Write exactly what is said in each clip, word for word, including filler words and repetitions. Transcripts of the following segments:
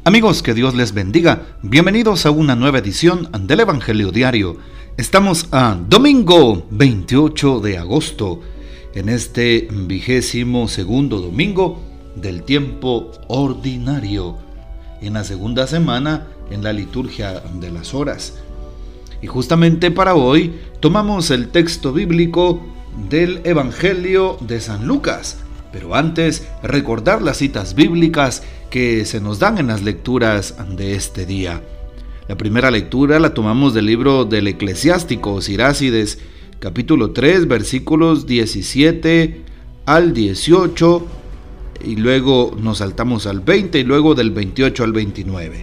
Amigos, que Dios les bendiga. Bienvenidos a una nueva edición del Evangelio Diario. Estamos a domingo veintiocho de agosto, en este vigésimo segundo domingo del tiempo ordinario, en la segunda semana en la liturgia de las horas. Y justamente para hoy tomamos el texto bíblico del Evangelio de San Lucas. Pero antes, recordar las citas bíblicas que se nos dan en las lecturas de este día. La primera lectura la tomamos del libro del Eclesiástico Sirácides, capítulo tres, versículos diecisiete al dieciocho, y luego nos saltamos al veinte, y luego del veintiocho al veintinueve.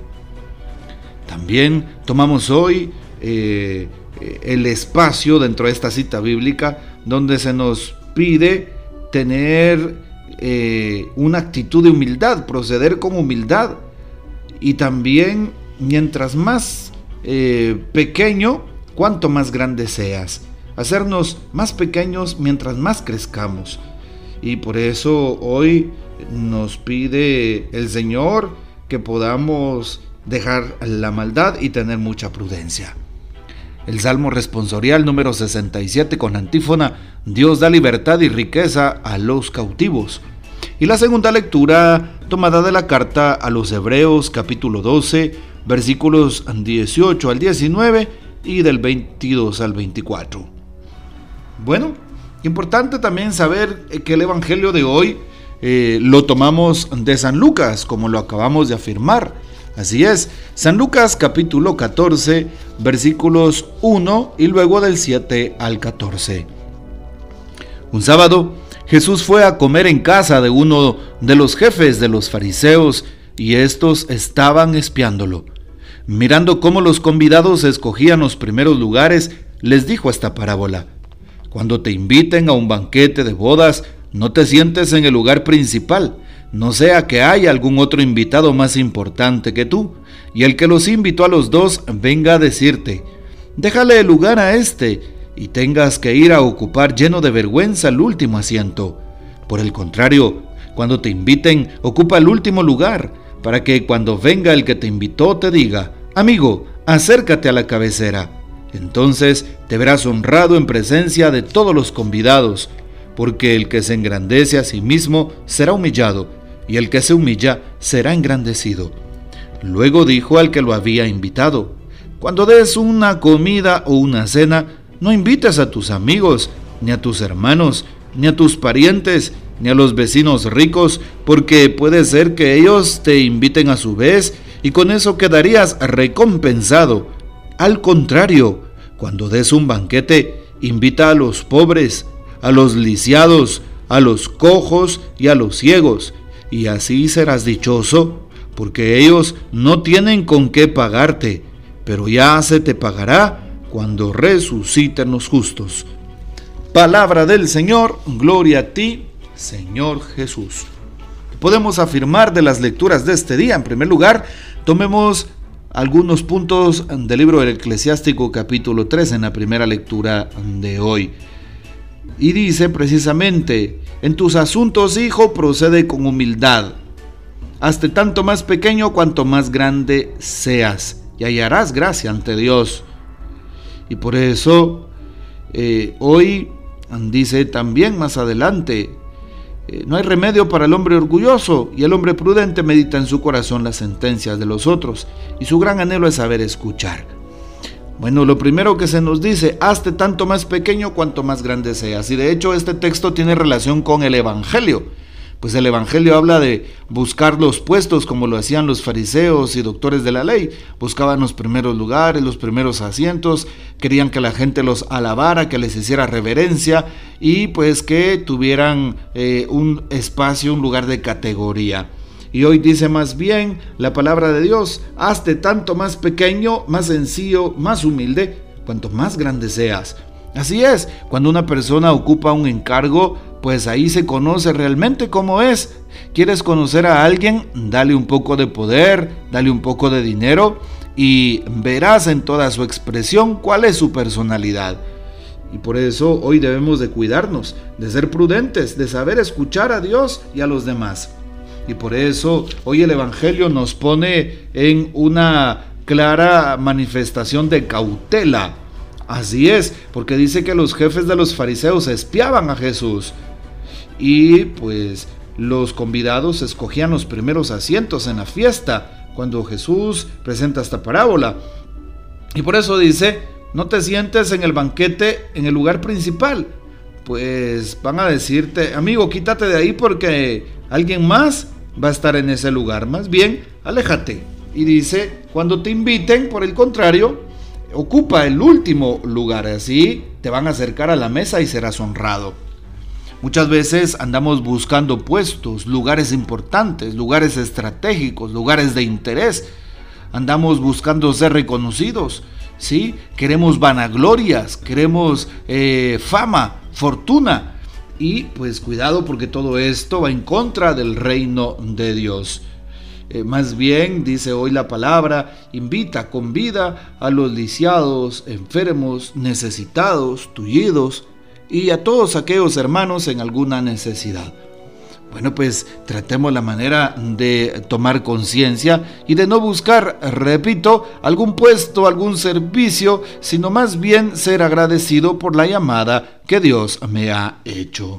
También tomamos hoy eh, el espacio dentro de esta cita bíblica donde se nos pide tener eh, una actitud de humildad, proceder con humildad, y también mientras más eh, pequeño, cuanto más grande seas, hacernos más pequeños mientras más crezcamos. Y por eso hoy nos pide el Señor que podamos dejar la maldad y tener mucha prudencia. El Salmo responsorial número sesenta y siete con la antífona: Dios da libertad y riqueza a los cautivos. Y la segunda lectura tomada de la carta a los Hebreos capítulo doce, versículos dieciocho al diecinueve y del veintidós al veinticuatro. Bueno, importante también saber que el Evangelio de hoy eh, lo tomamos de San Lucas, como lo acabamos de afirmar. Así es, San Lucas capítulo catorce, versículos uno y luego del siete al catorce. Un sábado, Jesús fue a comer en casa de uno de los jefes de los fariseos, y estos estaban espiándolo. Mirando cómo los convidados escogían los primeros lugares, les dijo esta parábola: cuando te inviten a un banquete de bodas, no te sientes en el lugar principal, no sea que haya algún otro invitado más importante que tú, y el que los invitó a los dos venga a decirte: déjale el lugar a este, y tengas que ir a ocupar lleno de vergüenza el último asiento. Por el contrario, cuando te inviten, ocupa el último lugar, para que cuando venga el que te invitó te diga: amigo, acércate a la cabecera. Entonces te verás honrado en presencia de todos los convidados, porque el que se engrandece a sí mismo será humillado, y el que se humilla será engrandecido. Luego dijo al que lo había invitado: cuando des una comida o una cena, no invites a tus amigos, ni a tus hermanos, ni a tus parientes, ni a los vecinos ricos, porque puede ser que ellos te inviten a su vez, y con eso quedarías recompensado. Al contrario, cuando des un banquete, invita a los pobres, a los lisiados, a los cojos y a los ciegos, y así serás dichoso, porque ellos no tienen con qué pagarte, pero ya se te pagará cuando resuciten los justos. Palabra del Señor, gloria a ti, Señor Jesús. Podemos afirmar de las lecturas de este día. En primer lugar, tomemos algunos puntos del libro del Eclesiástico capítulo tres en la primera lectura de hoy. Y dice precisamente: en tus asuntos, hijo, procede con humildad. Hazte tanto más pequeño cuanto más grande seas, y hallarás gracia ante Dios. Y por eso eh, hoy dice también más adelante: eh, no hay remedio para el hombre orgulloso, y el hombre prudente medita en su corazón las sentencias de los otros, y su gran anhelo es saber escuchar. Bueno, lo primero que se nos dice: hazte tanto más pequeño cuanto más grande seas. Y de hecho este texto tiene relación con el Evangelio. Pues el Evangelio habla de buscar los puestos como lo hacían los fariseos y doctores de la ley. Buscaban los primeros lugares, los primeros asientos, querían que la gente los alabara, que les hiciera reverencia y pues que tuvieran eh, un espacio, un lugar de categoría. Y hoy dice más bien la palabra de Dios: hazte tanto más pequeño, más sencillo, más humilde, cuanto más grande seas. Así es, cuando una persona ocupa un encargo, pues ahí se conoce realmente cómo es. ¿Quieres conocer a alguien? Dale un poco de poder, dale un poco de dinero y verás en toda su expresión cuál es su personalidad. Y por eso hoy debemos de cuidarnos, de ser prudentes, de saber escuchar a Dios y a los demás. Y por eso hoy el Evangelio nos pone en una clara manifestación de cautela. Así es, porque dice que los jefes de los fariseos espiaban a Jesús. Y pues los convidados escogían los primeros asientos en la fiesta cuando Jesús presenta esta parábola. Y por eso dice, no te sientes en el banquete en el lugar principal. Pues van a decirte, amigo, quítate de ahí porque alguien más va a estar en ese lugar. Más bien, aléjate. Y dice, cuando te inviten, por el contrario, ocupa el último lugar. Así te van a acercar a la mesa y serás honrado. Muchas veces andamos buscando puestos, lugares importantes, lugares estratégicos, lugares de interés. Andamos buscando ser reconocidos, ¿sí? Queremos vanaglorias, queremos eh, fama, fortuna. Y pues cuidado, porque todo esto va en contra del reino de Dios. Eh, más bien, dice hoy la palabra, invita, convida a los lisiados, enfermos, necesitados, tullidos y a todos aquellos hermanos en alguna necesidad. Bueno, pues tratemos la manera de tomar conciencia y de no buscar, repito, algún puesto, algún servicio, sino más bien ser agradecido por la llamada que Dios me ha hecho.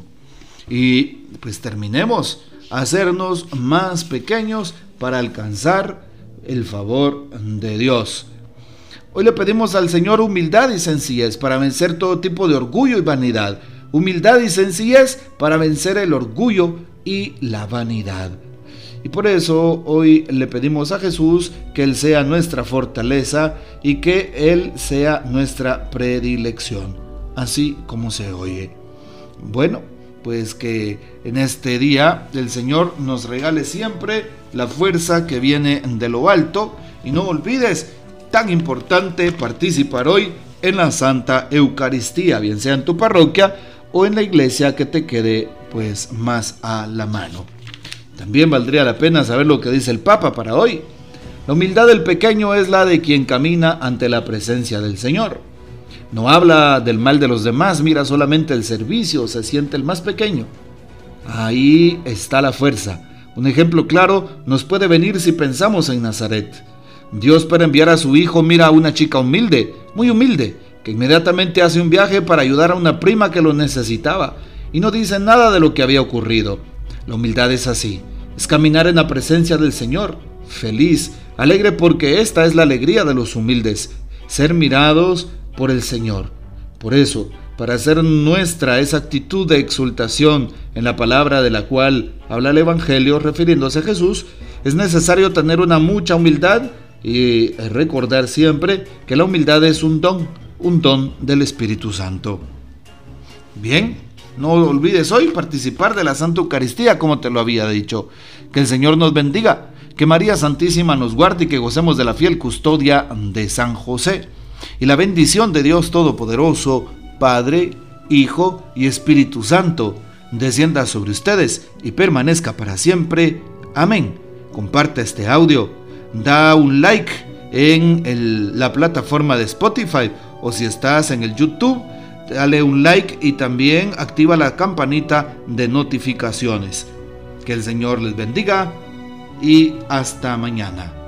Y pues terminemos, hacernos más pequeños para alcanzar el favor de Dios. Hoy le pedimos al Señor humildad y sencillez para vencer todo tipo de orgullo y vanidad. Humildad y sencillez para vencer el orgullo y la vanidad. Y por eso hoy le pedimos a Jesús que Él sea nuestra fortaleza y que Él sea nuestra predilección, así como se oye. Bueno, pues que en este día el Señor nos regale siempre la fuerza que viene de lo alto. Y no olvides, tan importante participar hoy en la Santa Eucaristía, bien sea en tu parroquia o en la iglesia que te quede pues más a la mano. También valdría la pena saber lo que dice el Papa para hoy. La humildad del pequeño es la de quien camina ante la presencia del Señor. No habla del mal de los demás, mira solamente el servicio, se siente el más pequeño. Ahí está la fuerza. Un ejemplo claro nos puede venir si pensamos en Nazaret. Dios, para enviar a su hijo, mira a una chica humilde, muy humilde, que inmediatamente hace un viaje para ayudar a una prima que lo necesitaba y no dice nada de lo que había ocurrido. La humildad es así, es caminar en la presencia del Señor, feliz, alegre, porque esta es la alegría de los humildes, ser mirados por el Señor. Por eso, para hacer nuestra esa actitud de exultación en la palabra de la cual habla el Evangelio refiriéndose a Jesús, es necesario tener una mucha humildad y recordar siempre que la humildad es un don, un don del Espíritu Santo. Bien, no olvides hoy participar de la Santa Eucaristía, como te lo había dicho. Que el Señor nos bendiga, que María Santísima nos guarde y que gocemos de la fiel custodia de San José. Y la bendición de Dios Todopoderoso, Padre, Hijo y Espíritu Santo, descienda sobre ustedes y permanezca para siempre. Amén. Comparte este audio, da un like en el, la plataforma de Spotify, o si estás en el YouTube, dale un like y también activa la campanita de notificaciones. Que el Señor les bendiga y hasta mañana.